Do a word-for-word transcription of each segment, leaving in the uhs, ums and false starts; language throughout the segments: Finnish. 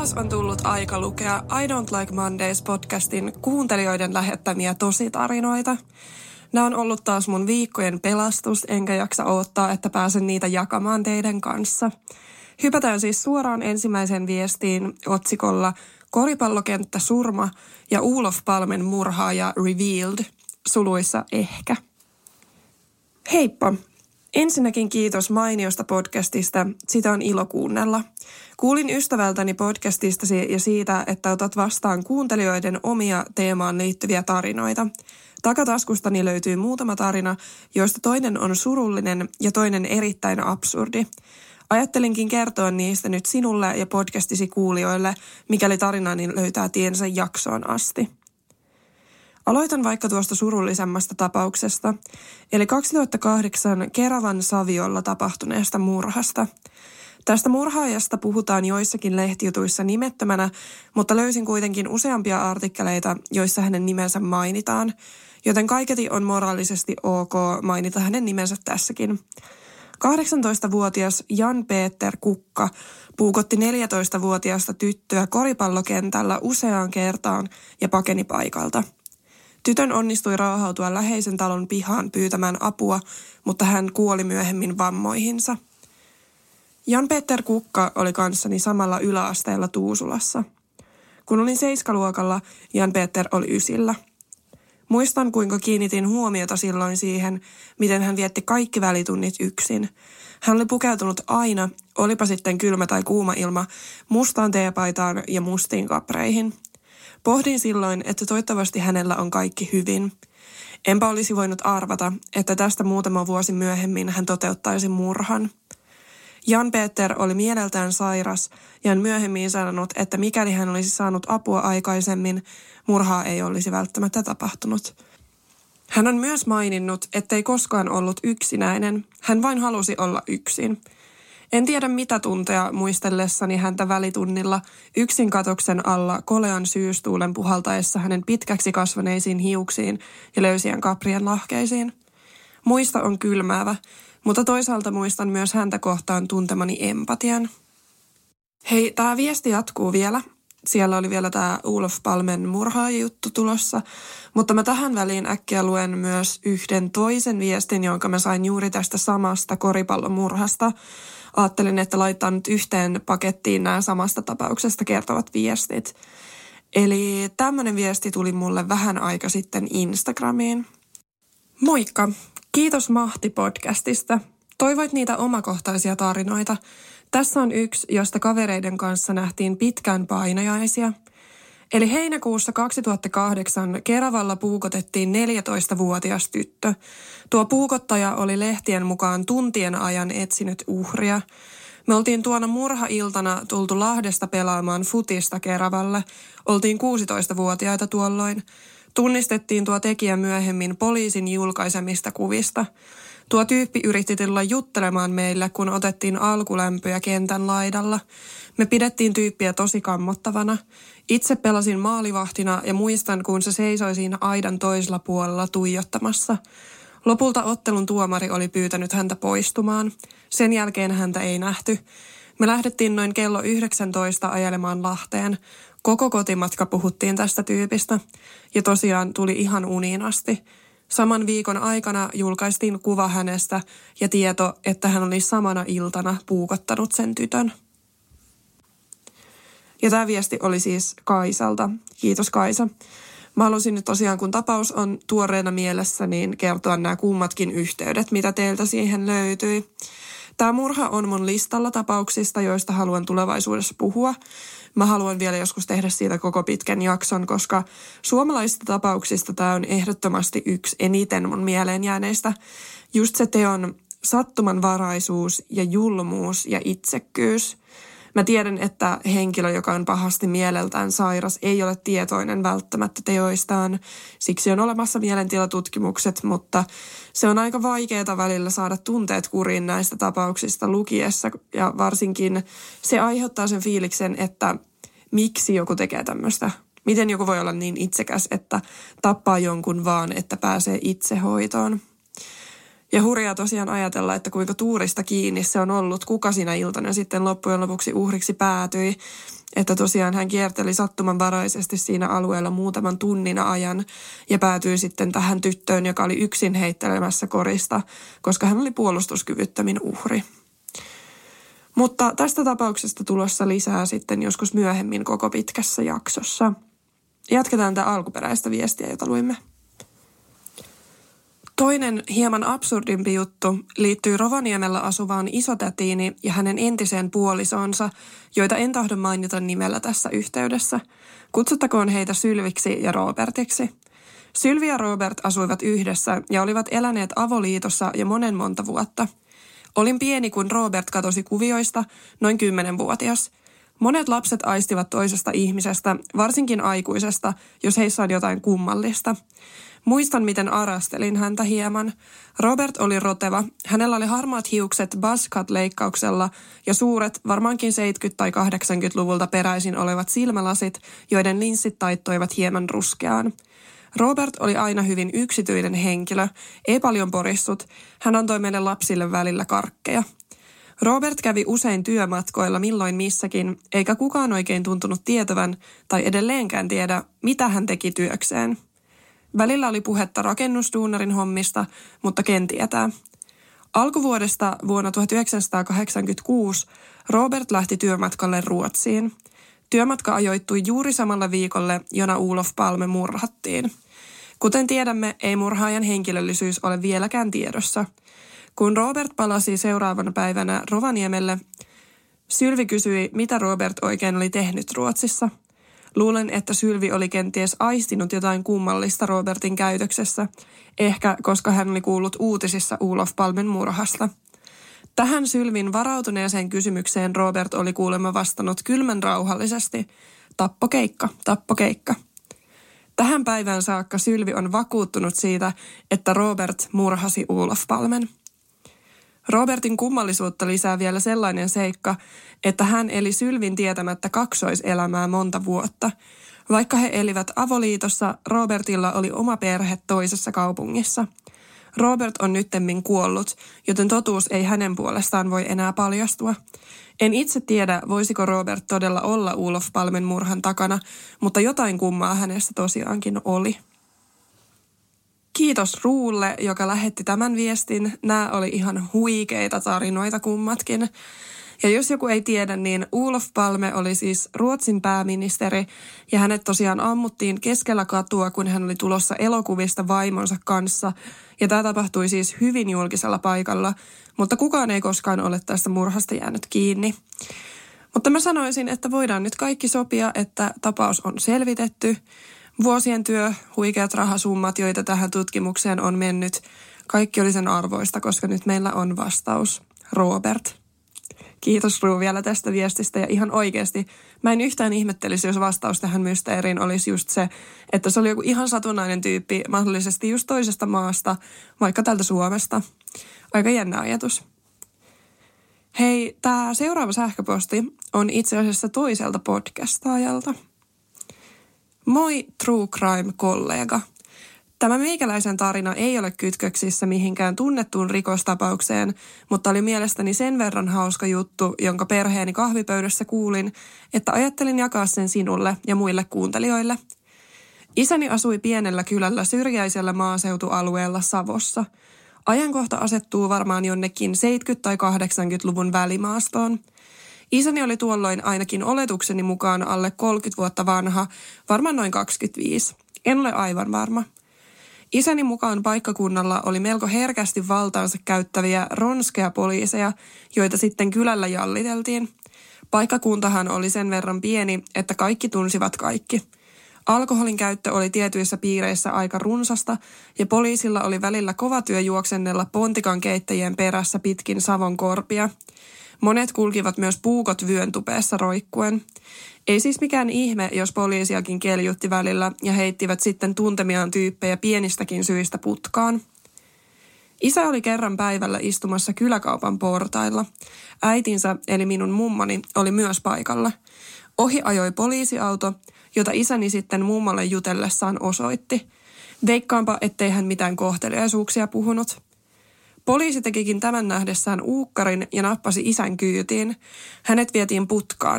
taas on tullut aika lukea I Don't Like Mondays podcastin kuuntelijoiden lähettämiä tositarinoita. Nämä on ollut taas mun viikkojen pelastus, enkä jaksa odottaa, että pääsen niitä jakamaan teidän kanssa. Hypätään siis suoraan ensimmäiseen viestiin otsikolla Koripallokenttä surma ja Olof Palmen murhaaja revealed, suluissa ehkä. Heippa! Ensinnäkin kiitos mainiosta podcastista, sitä on ilo kuunnella. Kuulin ystävältäni podcastistasi ja siitä, että otat vastaan kuuntelijoiden omia teemaan liittyviä tarinoita. Takataskustani löytyy muutama tarina, joista toinen on surullinen ja toinen erittäin absurdi. Ajattelinkin kertoa niistä nyt sinulle ja podcastisi kuulijoille, mikäli tarinani löytää tiensä jaksoon asti. Aloitan vaikka tuosta surullisemmasta tapauksesta, eli kaksituhattakahdeksan Keravan Saviolla tapahtuneesta murhasta. Tästä murhaajasta puhutaan joissakin lehtijutuissa nimettömänä, mutta löysin kuitenkin useampia artikkeleita, joissa hänen nimensä mainitaan, joten kaiketi on moraalisesti ok mainita hänen nimensä tässäkin. kahdeksantoistavuotias Jan-Peter Kukka puukotti neljätoistavuotiaasta tyttöä koripallokentällä useaan kertaan ja pakeni paikalta. Tytön onnistui raahautua läheisen talon pihaan pyytämään apua, mutta hän kuoli myöhemmin vammoihinsa. Jan-Peter Kukka oli kanssani samalla yläasteella Tuusulassa. Kun olin seiskaluokalla, Jan-Peter oli ysillä. Muistan, kuinka kiinnitin huomiota silloin siihen, miten hän vietti kaikki välitunnit yksin. Hän oli pukeutunut aina, olipa sitten kylmä tai kuuma ilma, mustaan teepaitaan ja mustiin kapreihin. Pohdin silloin, että toivottavasti hänellä on kaikki hyvin. Enpä olisi voinut arvata, että tästä muutama vuosi myöhemmin hän toteuttaisi murhan. Jan-Peter oli mieleltään sairas ja hän myöhemmin sanonut, että mikäli hän olisi saanut apua aikaisemmin, murhaa ei olisi välttämättä tapahtunut. Hän on myös maininnut, ettei koskaan ollut yksinäinen, hän vain halusi olla yksin. En tiedä mitä tuntea muistellessani häntä välitunnilla yksin katoksen alla kolean syystuulen puhaltaessa hänen pitkäksi kasvaneisiin hiuksiin ja löysien kaprien lahkeisiin. Muista on kylmäävä, mutta toisaalta muistan myös häntä kohtaan tuntemani empatian. Hei, tämä viesti jatkuu vielä. Siellä oli vielä tämä Olof Palmen murhaajuttu tulossa, mutta mä tähän väliin äkkiä luen myös yhden toisen viestin, jonka mä sain juuri tästä samasta koripallomurhasta. Ajattelin, että laittaa nyt yhteen pakettiin nämä samasta tapauksesta kertovat viestit. Eli tämmöinen viesti tuli mulle vähän aika sitten Instagramiin. Moikka! Kiitos Mahti-podcastista. Toivoit niitä omakohtaisia tarinoita. Tässä on yksi, josta kavereiden kanssa nähtiin pitkään painajaisia. Eli heinäkuussa kaksituhattakahdeksan Keravalla puukotettiin neljätoistavuotias tyttö. Tuo puukottaja oli lehtien mukaan tuntien ajan etsinyt uhria. Me oltiin tuona murhailtana tultu Lahdesta pelaamaan futista Keravalle. Oltiin kuusitoistavuotiaita tuolloin. Tunnistettiin tuo tekijä myöhemmin poliisin julkaisemista kuvista. Tuo tyyppi yritti tulla juttelemaan meille, kun otettiin alkulämpöjä kentän laidalla. Me pidettiin tyyppiä tosi kammottavana. Itse pelasin maalivahtina ja muistan, kun se seisoi siinä aidan toisella puolella tuijottamassa. Lopulta ottelun tuomari oli pyytänyt häntä poistumaan. Sen jälkeen häntä ei nähty. Me lähdettiin noin kello yhdeksäntoista ajelemaan Lahteen. Koko kotimatka puhuttiin tästä tyypistä. Ja tosiaan tuli ihan uniin asti. Saman viikon aikana julkaistiin kuva hänestä ja tieto, että hän oli samana iltana puukottanut sen tytön. Ja tämä viesti oli siis Kaisalta. Kiitos Kaisa. Mä halusin nyt tosiaan, kun tapaus on tuoreena mielessä, niin kertoa nämä kummatkin yhteydet, mitä teiltä siihen löytyi. Tämä murha on mun listalla tapauksista, joista haluan tulevaisuudessa puhua. Mä haluan vielä joskus tehdä siitä koko pitkän jakson, koska suomalaisista tapauksista tämä on ehdottomasti yksi eniten mun mieleen jääneistä. Just se teon sattumanvaraisuus ja julmuus ja itsekkyys. Mä tiedän, että henkilö, joka on pahasti mieleltään sairas, ei ole tietoinen välttämättä teoistaan. Siksi on olemassa mielentilatutkimukset, mutta se on aika vaikeaa välillä saada tunteet kuriin näistä tapauksista lukiessa. Ja varsinkin se aiheuttaa sen fiiliksen, että miksi joku tekee tämmöistä. Miten joku voi olla niin itsekäs, että tappaa jonkun vaan, että pääsee itsehoitoon. Ja hurjaa tosiaan ajatella, että kuinka tuurista kiinni se on ollut, kuka siinä iltana sitten loppujen lopuksi uhriksi päätyi. että tosiaan hän kierteli sattumanvaraisesti siinä alueella muutaman tunnin ajan ja päätyi sitten tähän tyttöön, joka oli yksin heittelemässä korista, koska hän oli puolustuskyvyttömin uhri. Mutta tästä tapauksesta tulossa lisää sitten joskus myöhemmin koko pitkässä jaksossa. Jatketaan tätä alkuperäistä viestiä, jota luimme. Toinen hieman absurdimpi juttu liittyy Rovaniemellä asuvaan isotätiini ja hänen entiseen puolisonsa, joita en tahdo mainita nimellä tässä yhteydessä. Kutsuttakoon heitä Sylviksi ja Robertiksi. Sylvi ja Robert asuivat yhdessä ja olivat eläneet avoliitossa jo monen monta vuotta. Olin pieni, kun Robert katosi kuvioista, noin kymmenvuotias. Monet lapset aistivat toisesta ihmisestä, varsinkin aikuisesta, jos heissä on jotain kummallista. Muistan, miten arastelin häntä hieman. Robert oli roteva. Hänellä oli harmaat hiukset buzzcut-leikkauksella ja suuret, varmaankin seitsemänkymmentä- tai kahdeksankymmentäluvulta peräisin olevat silmälasit, joiden linssit taittoivat hieman ruskeaan. Robert oli aina hyvin yksityinen henkilö, ei paljon porissut. Hän antoi meille lapsille välillä karkkeja. Robert kävi usein työmatkoilla milloin missäkin, eikä kukaan oikein tuntunut tietävän tai edelleenkään tiedä, mitä hän teki työkseen. Välillä oli puhetta rakennusduunarin hommista, mutta ken tietää. Alkuvuodesta vuonna tuhatyhdeksänsataakahdeksankymmentäkuusi Robert lähti työmatkalle Ruotsiin. Työmatka ajoittui juuri samalla viikolle, jona Olof Palme murhattiin. Kuten tiedämme, ei murhaajan henkilöllisyys ole vieläkään tiedossa. Kun Robert palasi seuraavana päivänä Rovaniemelle, Sylvi kysyi, mitä Robert oikein oli tehnyt Ruotsissa. Luulen, että Sylvi oli kenties aistinut jotain kummallista Robertin käytöksessä, ehkä koska hän oli kuullut uutisissa Olof Palmen murhasta. Tähän Sylvin varautuneeseen kysymykseen Robert oli kuulemma vastannut kylmän rauhallisesti, tappokeikka, tappokeikka. Tähän päivään saakka Sylvi on vakuuttunut siitä, että Robert murhasi Olof Palmen. Robertin kummallisuutta lisää vielä sellainen seikka, että hän eli Sylvin tietämättä kaksoiselämää monta vuotta. Vaikka he elivät avoliitossa, Robertilla oli oma perhe toisessa kaupungissa. Robert on nyttemmin kuollut, joten totuus ei hänen puolestaan voi enää paljastua. En itse tiedä, voisiko Robert todella olla Olof Palmen murhan takana, mutta jotain kummaa hänessä tosiaankin oli. Kiitos Ruulle, joka lähetti tämän viestin. Nämä oli ihan huikeita tarinoita kummatkin. Ja jos joku ei tiedä, niin Olof Palme oli siis Ruotsin pääministeri ja hänet tosiaan ammuttiin keskellä katua, kun hän oli tulossa elokuvista vaimonsa kanssa. Ja tämä tapahtui siis hyvin julkisella paikalla, mutta kukaan ei koskaan ole tästä murhasta jäänyt kiinni. Mutta mä sanoisin, että voidaan nyt kaikki sopia, että tapaus on selvitetty. Vuosien työ, huikeat rahasummat, joita tähän tutkimukseen on mennyt, kaikki oli sen arvoista, koska nyt meillä on vastaus. Robert. Kiitos Ruu vielä tästä viestistä ja ihan oikeasti. Mä en yhtään ihmettelisi, jos vastaus tähän mysteeriin olisi just se, että se oli joku ihan satunnainen tyyppi, mahdollisesti just toisesta maasta, vaikka täältä Suomesta. Aika jännä ajatus. Hei, tää seuraava sähköposti on itse asiassa toiselta podcastaajalta. Moi True Crime-kollega. Tämä meikäläisen tarina ei ole kytköksissä mihinkään tunnettuun rikostapaukseen, mutta oli mielestäni sen verran hauska juttu, jonka perheeni kahvipöydässä kuulin, että ajattelin jakaa sen sinulle ja muille kuuntelijoille. Isäni asui pienellä kylällä syrjäisellä maaseutualueella Savossa. Ajankohta asettuu varmaan jonnekin seitsemänkymmentä- tai kahdeksankymmentäluvun välimaastoon. Isäni oli tuolloin ainakin oletukseni mukaan alle kolmekymmentä vuotta vanha, varmaan noin kaksikymmentäviisi. En ole aivan varma. Isäni mukaan paikkakunnalla oli melko herkästi valtaansa käyttäviä ronskeja poliiseja, joita sitten kylällä jalliteltiin. Paikkakuntahan oli sen verran pieni, että kaikki tunsivat kaikki. Alkoholin käyttö oli tietyissä piireissä aika runsasta ja poliisilla oli välillä kova työ juoksennella pontikan keittäjien perässä pitkin Savon korpia. Monet kulkivat myös puukot vyöntupeessa roikkuen. Ei siis mikään ihme, jos poliisiakin keljutti välillä ja heittivät sitten tuntemiaan tyyppejä pienistäkin syistä putkaan. Isä oli kerran päivällä istumassa kyläkaupan portailla. Äitinsä, eli minun mummoni, oli myös paikalla. Ohi ajoi poliisiauto, jota isäni sitten mummolle jutellessaan osoitti. Veikkaanpa, ettei hän mitään kohteliaisuuksia puhunut. Poliisi tekikin tämän nähdessään uukkarin ja nappasi isän kyytiin. Hänet vietiin putkaan.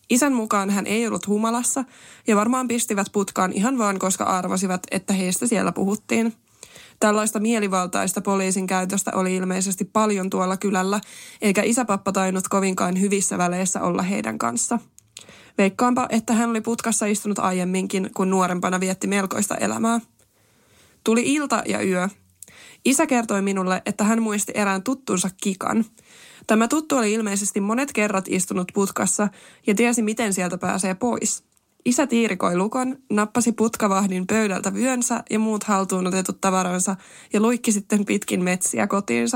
Isän mukaan hän ei ollut humalassa ja varmaan pistivät putkaan ihan vaan, koska arvasivat, että heistä siellä puhuttiin. Tällaista mielivaltaista poliisin käytöstä oli ilmeisesti paljon tuolla kylällä, eikä isäpappa tainnut kovinkaan hyvissä väleissä olla heidän kanssa. Veikkaanpa, että hän oli putkassa istunut aiemminkin, kun nuorempana vietti melkoista elämää. Tuli ilta ja yö. Isä kertoi minulle, että hän muisti erään tuttunsa Kikan. Tämä tuttu oli ilmeisesti monet kerrat istunut putkassa ja tiesi, miten sieltä pääsee pois. Isä tiirikoi lukon, nappasi putkavahdin pöydältä vyönsä ja muut haltuun otetut tavaransa ja luikki sitten pitkin metsiä kotiinsa.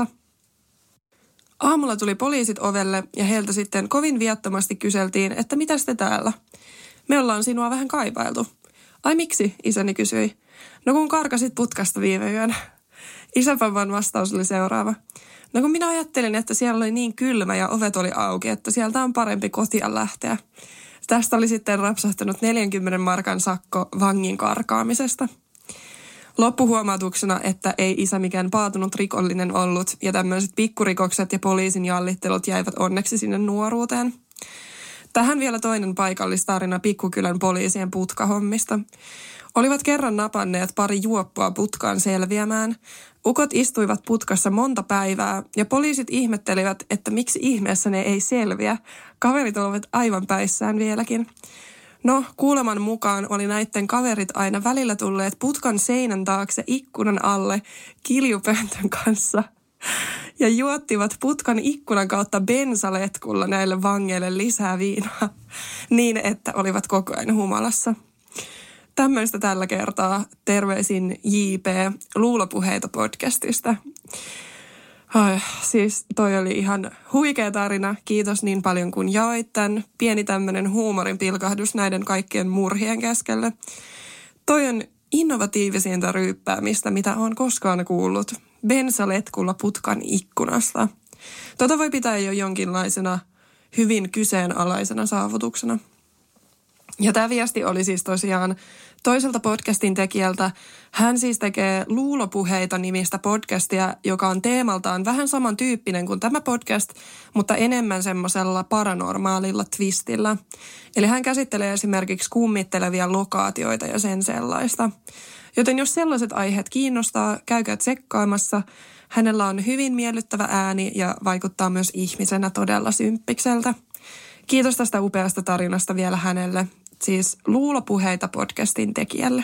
Aamulla tuli poliisit ovelle ja heiltä sitten kovin viattomasti kyseltiin, että mitäs te täällä? Me ollaan sinua vähän kaivailtu. Ai miksi, isäni kysyi. No kun karkasit putkasta viime yönä. Isäpapan vastaus oli seuraava. No kun minä ajattelin, että siellä oli niin kylmä ja ovet oli auki, että sieltä on parempi kotia lähteä. Tästä oli sitten rapsahtanut neljänkymmenen markan sakko vangin karkaamisesta. Loppuhuomautuksena, että ei isä mikään paatunut rikollinen ollut ja tämmöiset pikkurikokset ja poliisin jallittelut jäivät onneksi sinne nuoruuteen. Tähän vielä toinen paikallistarina pikkukylän poliisien putkahommista. Olivat kerran napanneet pari juoppua putkaan selviämään. Ukot istuivat putkassa monta päivää ja poliisit ihmettelivät, että miksi ihmeessä ne ei selviä. Kaverit olivat aivan päissään vieläkin. No, kuuleman mukaan oli näitten kaverit aina välillä tulleet putkan seinän taakse ikkunan alle kiljupöntön kanssa ja juottivat putkan ikkunan kautta bensaletkulla näille vangeille lisää viinaa niin, että olivat koko ajan humalassa. Tämmöistä tällä kertaa. Terveisin J P Luulopuheita podcastista. Ai, siis toi oli ihan huikea tarina. Kiitos niin paljon kun jaoit tämän. Pieni tämmöinen huumorin pilkahdus näiden kaikkien murhien keskelle. Toi on innovatiivisinta ryyppäämistä, mitä olen koskaan kuullut. Bensaletkulla putkan ikkunasta. Tota voi pitää jo jonkinlaisena hyvin kyseenalaisena saavutuksena. Ja tämä viesti oli siis tosiaan toiselta podcastin tekijältä. Hän siis tekee Luulopuheita nimistä podcastia, joka on teemaltaan vähän samantyyppinen kuin tämä podcast, mutta enemmän semmoisella paranormaalilla twistillä. Eli hän käsittelee esimerkiksi kummittelevia lokaatioita ja sen sellaista. Joten jos sellaiset aiheet kiinnostaa, käykää tsekkaamassa. Hänellä on hyvin miellyttävä ääni ja vaikuttaa myös ihmisenä todella symppikseltä. Kiitos tästä upeasta tarinasta vielä hänelle, siis Luulopuheita podcastin tekijälle.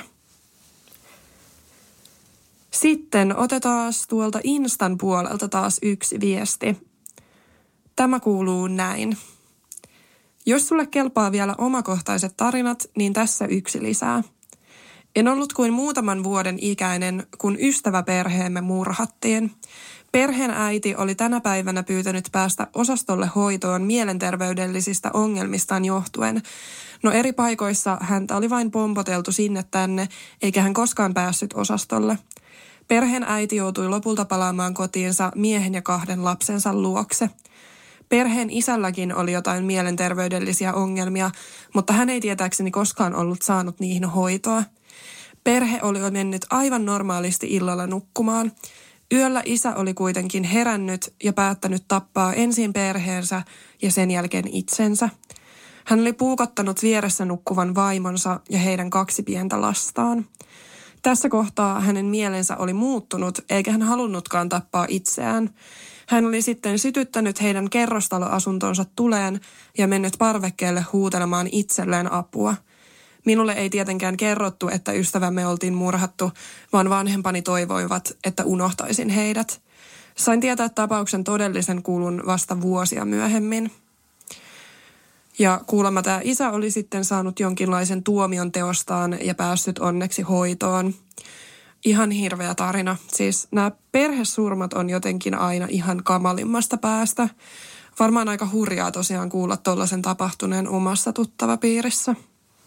Sitten otetaan tuolta Instan puolelta taas yksi viesti. Tämä kuuluu näin. Jos sulle kelpaa vielä omakohtaiset tarinat, niin tässä yksi lisää. En ollut kuin muutaman vuoden ikäinen, kun ystäväperheemme murhattiin. Perheen äiti oli tänä päivänä pyytänyt päästä osastolle hoitoon mielenterveydellisistä ongelmistaan johtuen. No eri paikoissa häntä oli vain pompoteltu sinne tänne, eikä hän koskaan päässyt osastolle. Perheen äiti joutui lopulta palaamaan kotiinsa miehen ja kahden lapsensa luokse. Perheen isälläkin oli jotain mielenterveydellisiä ongelmia, mutta hän ei tietääkseni koskaan ollut saanut niihin hoitoa. Perhe oli mennyt aivan normaalisti illalla nukkumaan. Yöllä isä oli kuitenkin herännyt ja päättänyt tappaa ensin perheensä ja sen jälkeen itsensä. Hän oli puukottanut vieressä nukkuvan vaimonsa ja heidän kaksi pientä lastaan. Tässä kohtaa hänen mielensä oli muuttunut, eikä hän halunnutkaan tappaa itseään. Hän oli sitten sytyttänyt heidän kerrostaloasuntonsa tuleen ja mennyt parvekkeelle huutelemaan itselleen apua. Minulle ei tietenkään kerrottu, että ystävämme oltiin murhattu, vaan vanhempani toivoivat, että unohtaisin heidät. Sain tietää tapauksen todellisen kulun vasta vuosia myöhemmin. Ja kuulemma tämä isä oli sitten saanut jonkinlaisen tuomion teostaan ja päässyt onneksi hoitoon. Ihan hirveä tarina. Siis nämä perhesurmat on jotenkin aina ihan kamalimmasta päästä. Varmaan aika hurjaa tosiaan kuulla tuollaisen tapahtuneen omassa tuttavapiirissä.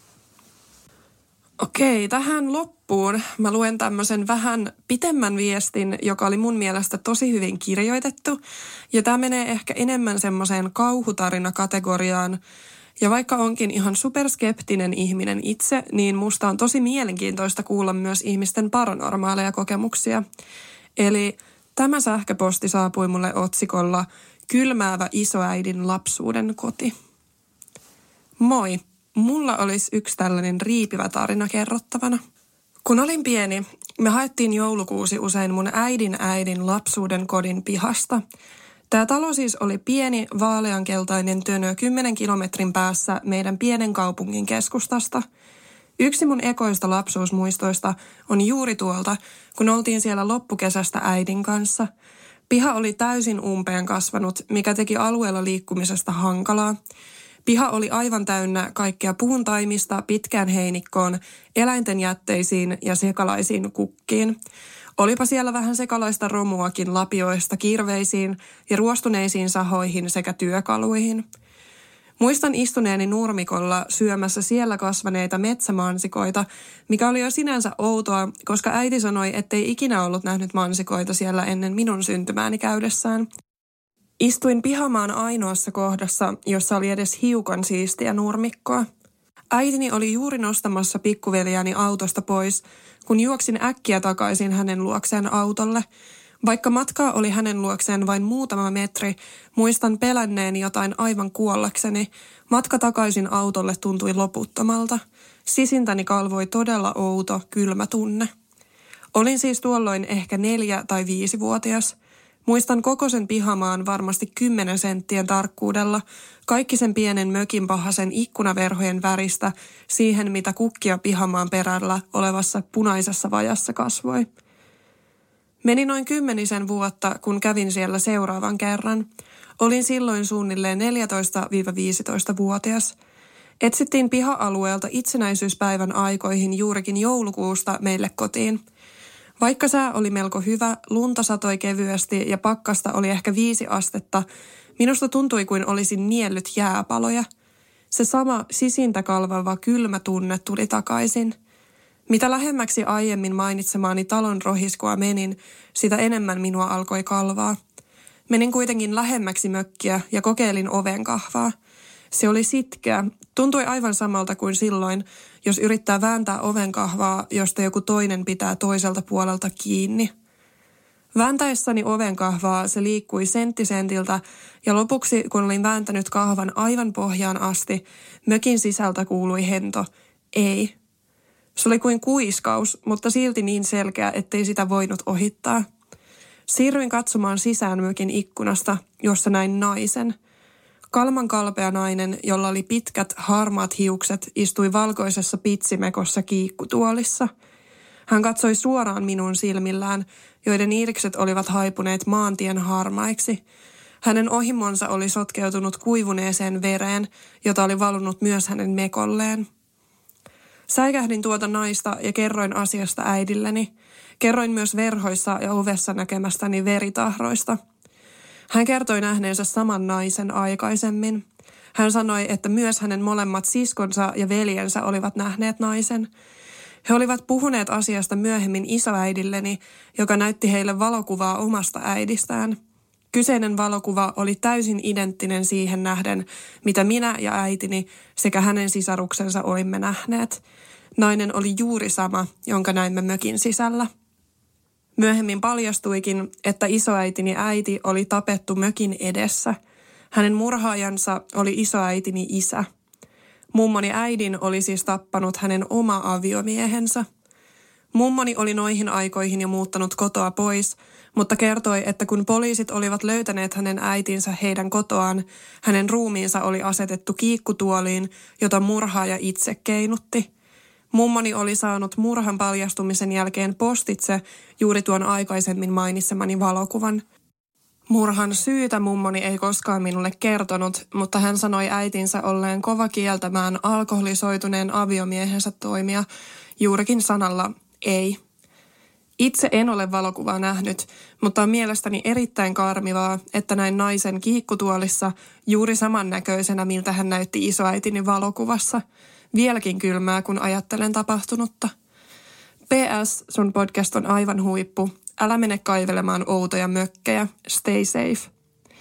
Okei, tähän loppuun mä luen tämmöisen vähän pitemmän viestin, joka oli mun mielestä tosi hyvin kirjoitettu. Ja tämä menee ehkä enemmän semmoiseen kauhutarina-kategoriaan. Ja vaikka onkin ihan superskeptinen ihminen itse, niin musta on tosi mielenkiintoista kuulla myös ihmisten paranormaaleja kokemuksia. Eli tämä sähköposti saapui mulle otsikolla Kylmäävä isoäidin lapsuuden koti. Moi, mulla olisi yksi tällainen riipivä tarina kerrottavana. Kun olin pieni, me haettiin joulukuusi usein mun äidin äidin lapsuuden kodin pihasta. Tämä talo siis oli pieni, vaaleankeltainen tönö kymmenen kilometrin päässä meidän pienen kaupungin keskustasta. Yksi mun ekoista lapsuusmuistoista on juuri tuolta, kun oltiin siellä loppukesästä äidin kanssa. Piha oli täysin umpeen kasvanut, mikä teki alueella liikkumisesta hankalaa. Piha oli aivan täynnä kaikkea puuntaimista pitkään heinikkoon, eläinten jätteisiin ja sekalaisiin kukkiin. Olipa siellä vähän sekalaista romuakin lapioista kirveisiin ja ruostuneisiin sahoihin sekä työkaluihin. Muistan istuneeni nurmikolla syömässä siellä kasvaneita metsämansikoita, mikä oli jo sinänsä outoa, koska äiti sanoi, ettei ikinä ollut nähnyt mansikoita siellä ennen minun syntymääni käydessään. Istuin pihamaan ainoassa kohdassa, jossa oli edes hiukan siistiä nurmikkoa. Äitini oli juuri nostamassa pikkuveljääni autosta pois, kun juoksin äkkiä takaisin hänen luokseen autolle. Vaikka matkaa oli hänen luokseen vain muutama metri, muistan pelänneeni jotain aivan kuollakseni. Matka takaisin autolle tuntui loputtomalta. Sisintäni kalvoi todella outo, kylmä tunne. Olin siis tuolloin ehkä neljä- tai viisivuotias. Muistan koko sen pihamaan varmasti kymmenen senttien tarkkuudella, kaikki sen pienen mökin pahasen ikkunaverhojen väristä siihen, mitä kukkia pihamaan perällä olevassa punaisessa vajassa kasvoi. Meni noin kymmenisen vuotta, kun kävin siellä seuraavan kerran. Olin silloin suunnilleen neljätoista–viisitoista-vuotias. Etsittiin piha-alueelta itsenäisyyspäivän aikoihin juurikin joulukuusta meille kotiin. Vaikka sää oli melko hyvä, lunta satoi kevyesti ja pakkasta oli ehkä viisi astetta, minusta tuntui kuin olisin niellyt jääpaloja. Se sama sisintä kalvava kylmä tunne tuli takaisin. Mitä lähemmäksi aiemmin mainitsemaani talon rohiskoa menin, sitä enemmän minua alkoi kalvaa. Menin kuitenkin lähemmäksi mökkiä ja kokeilin ovenkahvaa. Se oli sitkeä. Tuntui aivan samalta kuin silloin, jos yrittää vääntää ovenkahvaa, josta joku toinen pitää toiselta puolelta kiinni. Vääntäessäni ovenkahvaa se liikkui senttisentiltä ja lopuksi, kun olin vääntänyt kahvan aivan pohjaan asti, mökin sisältä kuului hento, ei. Se oli kuin kuiskaus, mutta silti niin selkeä, ettei sitä voinut ohittaa. Siirryin katsomaan sisään mökin ikkunasta, jossa näin naisen. Kalman kalpea nainen, jolla oli pitkät, harmaat hiukset, istui valkoisessa pitsimekossa kiikkutuolissa. Hän katsoi suoraan minun silmillään, joiden irkset olivat haipuneet maantien harmaiksi. Hänen ohimonsa oli sotkeutunut kuivuneeseen vereen, jota oli valunut myös hänen mekolleen. Säikähdin tuota naista ja kerroin asiasta äidilleni. Kerroin myös verhoissa ja ovessa näkemästäni veritahroista. Hän kertoi nähneensä saman naisen aikaisemmin. Hän sanoi, että myös hänen molemmat siskonsa ja veljensä olivat nähneet naisen. He olivat puhuneet asiasta myöhemmin isoäidilleni, joka näytti heille valokuvaa omasta äidistään. Kyseinen valokuva oli täysin identtinen siihen nähden, mitä minä ja äitini sekä hänen sisaruksensa olimme nähneet. Nainen oli juuri sama, jonka näimme mökin sisällä. Myöhemmin paljastuikin, että isoäitini äiti oli tapettu mökin edessä. Hänen murhaajansa oli isoäitini isä. Mummoni äidin oli siis tappanut hänen oma aviomiehensä. Mummoni oli noihin aikoihin jo muuttanut kotoa pois, mutta kertoi, että kun poliisit olivat löytäneet hänen äitinsä heidän kotoaan, hänen ruumiinsa oli asetettu kiikkutuoliin, jota murhaaja itse keinutti. Mummoni oli saanut murhan paljastumisen jälkeen postitse juuri tuon aikaisemmin mainitsemani valokuvan. Murhan syytä mummoni ei koskaan minulle kertonut, mutta hän sanoi äitinsä olleen kova kieltämään alkoholisoituneen aviomiehensä toimia juurikin sanalla ei. Itse en ole valokuvaa nähnyt, mutta on mielestäni erittäin karmivaa, että näin naisen kiikkutuolissa juuri samannäköisenä, miltä hän näytti isoäitini valokuvassa. Vieläkin kylmää, kun ajattelen tapahtunutta. P S. Sun podcast on aivan huippu. Älä mene kaivelemaan outoja mökkejä. Stay safe.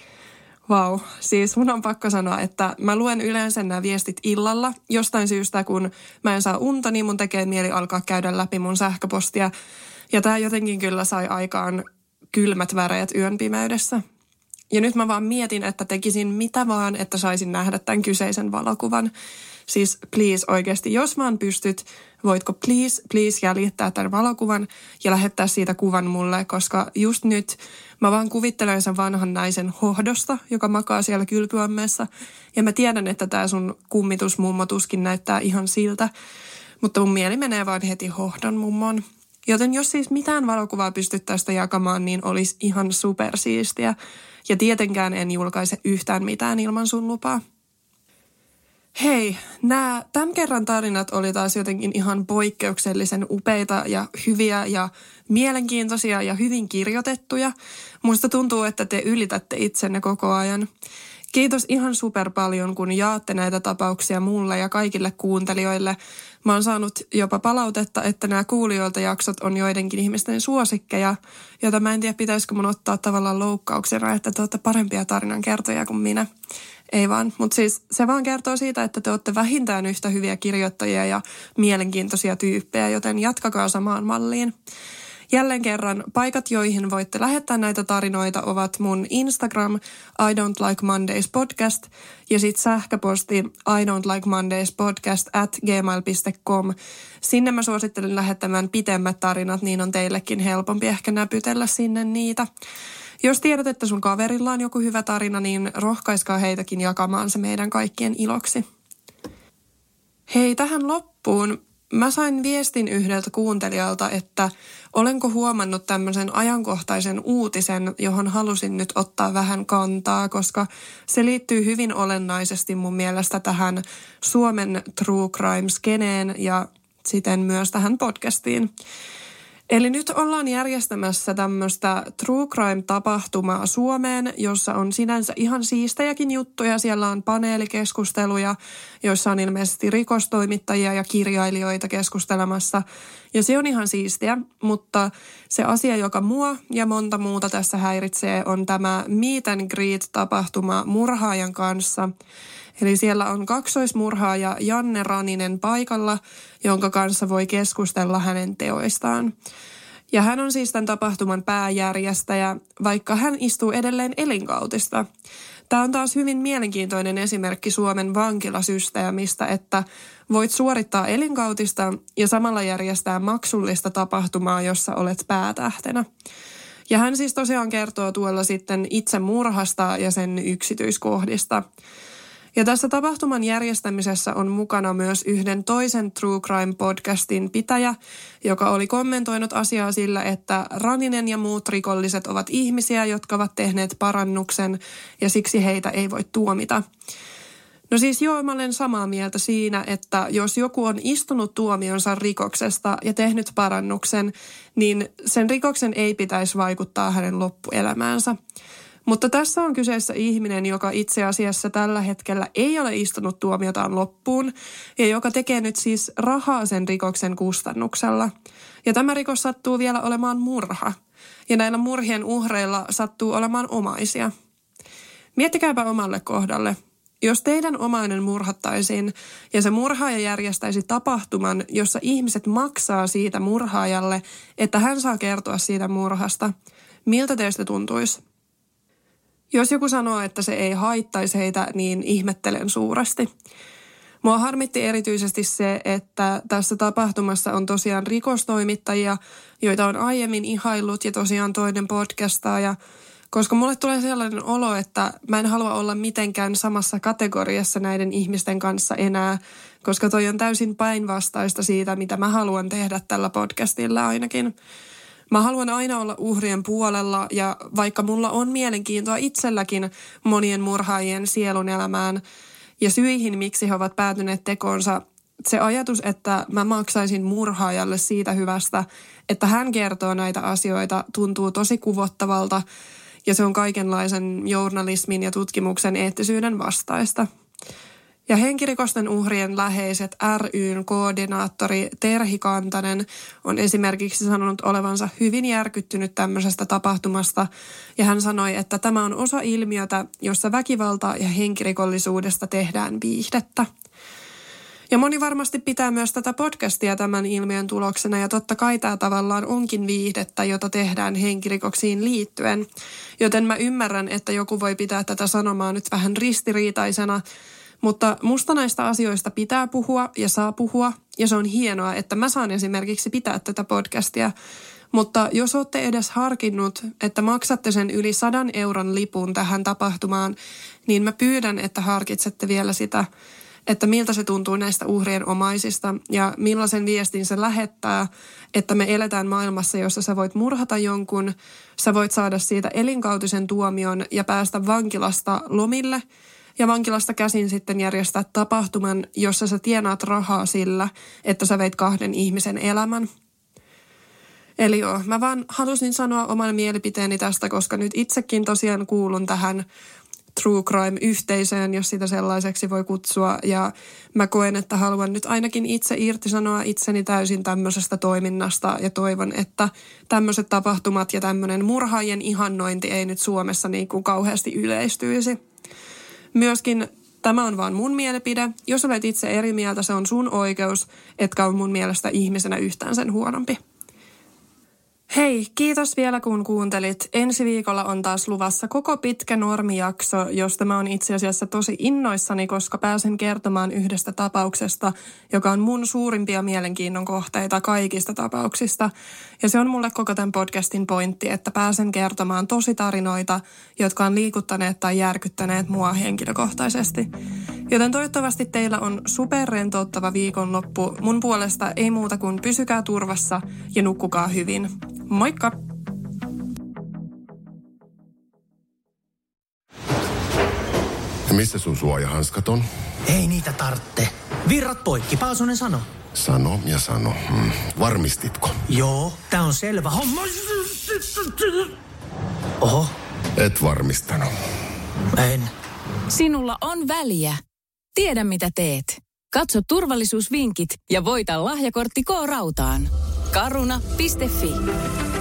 Vau, wow. Siis mun on pakko sanoa, että mä luen yleensä nämä viestit illalla. Jostain syystä, kun mä en saa unta, niin mun tekee mieli alkaa käydä läpi mun sähköpostia. Ja tää jotenkin kyllä sai aikaan kylmät väreet yön pimeydessä. Ja nyt mä vaan mietin, että tekisin mitä vaan, että saisin nähdä tämän kyseisen valokuvan. Siis please oikeasti, jos vaan pystyt, voitko please, please jäljittää tämän valokuvan ja lähettää siitä kuvan mulle, koska just nyt mä vaan kuvittelen sen vanhan naisen hohdosta, joka makaa siellä kylpyammeessa. Ja mä tiedän, että tää sun kummitusmummo tuskin näyttää ihan siltä, mutta mun mieli menee vaan heti hohdon mummon. Joten jos siis mitään valokuvaa pystyt tästä jakamaan, niin olisi ihan supersiistiä. Ja tietenkään en julkaise yhtään mitään ilman sun lupaa. Hei, nämä tämän kerran tarinat oli taas jotenkin ihan poikkeuksellisen upeita ja hyviä ja mielenkiintoisia ja hyvin kirjoitettuja. Musta tuntuu, että te ylitätte itsenne koko ajan. Kiitos ihan super paljon, kun jaatte näitä tapauksia mulle ja kaikille kuuntelijoille. Mä oon saanut jopa palautetta, että nämä kuulijoilta jaksot on joidenkin ihmisten suosikkeja, jota mä en tiedä, pitäisikö mun ottaa tavallaan loukkauksena, että te olette parempia tarinankertoja kuin minä. Ei vaan, mutta siis se vaan kertoo siitä, että te olette vähintään yhtä hyviä kirjoittajia ja mielenkiintoisia tyyppejä, joten jatkakaa samaan malliin. Jälleen kerran paikat, joihin voitte lähettää näitä tarinoita, ovat mun Instagram I don't like Mondays podcast ja sitten sähköposti I don't like Mondays podcast at gmail dot com. Sinne mä suosittelen lähettämään pitemmät tarinat, niin on teillekin helpompi ehkä näpytellä sinne niitä. Jos tiedät, että sun kaverilla on joku hyvä tarina, niin rohkaiskaa heitäkin jakamaan se meidän kaikkien iloksi. Hei, tähän loppuun. Mä sain viestin yhdeltä kuuntelijalta, että olenko huomannut tämmöisen ajankohtaisen uutisen, johon halusin nyt ottaa vähän kantaa, koska se liittyy hyvin olennaisesti mun mielestä tähän Suomen true crime-skeneen ja siten myös tähän podcastiin. Eli nyt ollaan järjestämässä tämmöistä true crime-tapahtumaa Suomeen, jossa on sinänsä ihan siistejäkin juttuja. Siellä on paneelikeskusteluja, joissa on ilmeisesti rikostoimittajia ja kirjailijoita keskustelemassa. Ja se on ihan siistiä, mutta se asia, joka mua ja monta muuta tässä häiritsee, on tämä meet and greet-tapahtuma murhaajan kanssa. Eli siellä on kaksoismurhaaja Janne Raninen paikalla, jonka kanssa voi keskustella hänen teoistaan. Ja hän on siis tämän tapahtuman pääjärjestäjä, vaikka hän istuu edelleen elinkautista. Tämä on taas hyvin mielenkiintoinen esimerkki Suomen vankilasysteemistä, että voit suorittaa elinkautista ja samalla järjestää maksullista tapahtumaa, jossa olet päätähtenä. Ja hän siis tosiaan kertoo tuolla sitten itse murhasta ja sen yksityiskohdista. Ja tässä tapahtuman järjestämisessä on mukana myös yhden toisen True Crime-podcastin pitäjä, joka oli kommentoinut asiaa sillä, että Raninen ja muut rikolliset ovat ihmisiä, jotka ovat tehneet parannuksen ja siksi heitä ei voi tuomita. No siis joo, mä olen samaa mieltä siinä, että jos joku on istunut tuomionsa rikoksesta ja tehnyt parannuksen, niin sen rikoksen ei pitäisi vaikuttaa hänen loppuelämäänsä. Mutta tässä on kyseessä ihminen, joka itse asiassa tällä hetkellä ei ole istunut tuomiotaan loppuun ja joka tekee nyt siis rahaa sen rikoksen kustannuksella. Ja tämä rikos sattuu vielä olemaan murha. Ja näillä murhien uhreilla sattuu olemaan omaisia. Miettikääpä omalle kohdalle. Jos teidän omainen murhattaisiin ja se murhaaja järjestäisi tapahtuman, jossa ihmiset maksaa siitä murhaajalle, että hän saa kertoa siitä murhasta, miltä teistä tuntuisi? Jos joku sanoo, että se ei haittaisi heitä, niin ihmettelen suuresti. Mua harmitti erityisesti se, että tässä tapahtumassa on tosiaan rikostoimittajia, joita on aiemmin ihaillut ja tosiaan toinen podcastaaja, koska mulle tulee sellainen olo, että mä en halua olla mitenkään samassa kategoriassa näiden ihmisten kanssa enää, koska toi on täysin päinvastaista siitä, mitä mä haluan tehdä tällä podcastilla ainakin. Mä haluan aina olla uhrien puolella ja vaikka mulla on mielenkiintoa itselläkin monien murhaajien sielun elämään ja syihin, miksi he ovat päätyneet tekoonsa, se ajatus, että mä maksaisin murhaajalle siitä hyvästä, että hän kertoo näitä asioita, tuntuu tosi kuvottavalta ja se on kaikenlaisen journalismin ja tutkimuksen eettisyyden vastaista. Ja henkirikosten uhrien läheiset ry:n koordinaattori Terhi Kantanen on esimerkiksi sanonut olevansa hyvin järkyttynyt tämmöisestä tapahtumasta. Ja hän sanoi, että tämä on osa ilmiötä, jossa väkivalta ja henkirikollisuudesta tehdään viihdettä. Ja moni varmasti pitää myös tätä podcastia tämän ilmiön tuloksena, ja totta kai tämä tavallaan onkin viihdettä, jota tehdään henkirikoksiin liittyen. Joten mä ymmärrän, että joku voi pitää tätä sanomaa nyt vähän ristiriitaisena, mutta musta näistä asioista pitää puhua ja saa puhua, ja se on hienoa, että mä saan esimerkiksi pitää tätä podcastia. Mutta jos olette edes harkinnut, että maksatte sen yli sadan euron lipun tähän tapahtumaan, niin mä pyydän, että harkitsette vielä sitä, että miltä se tuntuu näistä uhrien omaisista ja millaisen viestin se lähettää, että me eletään maailmassa, jossa sä voit murhata jonkun, sä voit saada siitä elinkautisen tuomion ja päästä vankilasta lomille ja vankilasta käsin sitten järjestää tapahtuman, jossa sä tienaat rahaa sillä, että sä veit kahden ihmisen elämän. Eli joo, mä vaan halusin sanoa oman mielipiteeni tästä, koska nyt itsekin tosiaan kuulun tähän true crime-yhteisöön, jos sitä sellaiseksi voi kutsua. Ja mä koen, että haluan nyt ainakin itse irtisanoa itseni täysin tämmöisestä toiminnasta ja toivon, että tämmöiset tapahtumat ja tämmöinen murhaajien ihannointi ei nyt Suomessa niin kuin kauheasti yleistyisi. Myöskin tämä on vaan mun mielipide. Jos olet itse eri mieltä, se on sun oikeus, etkä on mun mielestä ihmisenä yhtään sen huonompi. Hei, kiitos vielä kun kuuntelit. Ensi viikolla on taas luvassa koko pitkä normijakso, josta mä oon itse asiassa tosi innoissani, koska pääsen kertomaan yhdestä tapauksesta, joka on mun suurimpia mielenkiinnon kohteita kaikista tapauksista. Ja se on mulle koko tämän podcastin pointti, että pääsen kertomaan tositarinoita, jotka on liikuttaneet tai järkyttäneet mua henkilökohtaisesti. Joten toivottavasti teillä on superrentouttava viikonloppu. Mun puolesta ei muuta kuin pysykää turvassa ja nukkukaa hyvin. Moikka! Missä sun suojahanskat on? Ei niitä tartte. Virrat poikki, Paasonen sano. Sano ja sano. Hmm. Varmistitko? Joo, tää on selvä homma. Oho. Et varmistanut. En. Sinulla on väliä. Tiedä mitä teet. Katso turvallisuusvinkit ja voita lahjakortti K-Rautaan. Caruna piste fi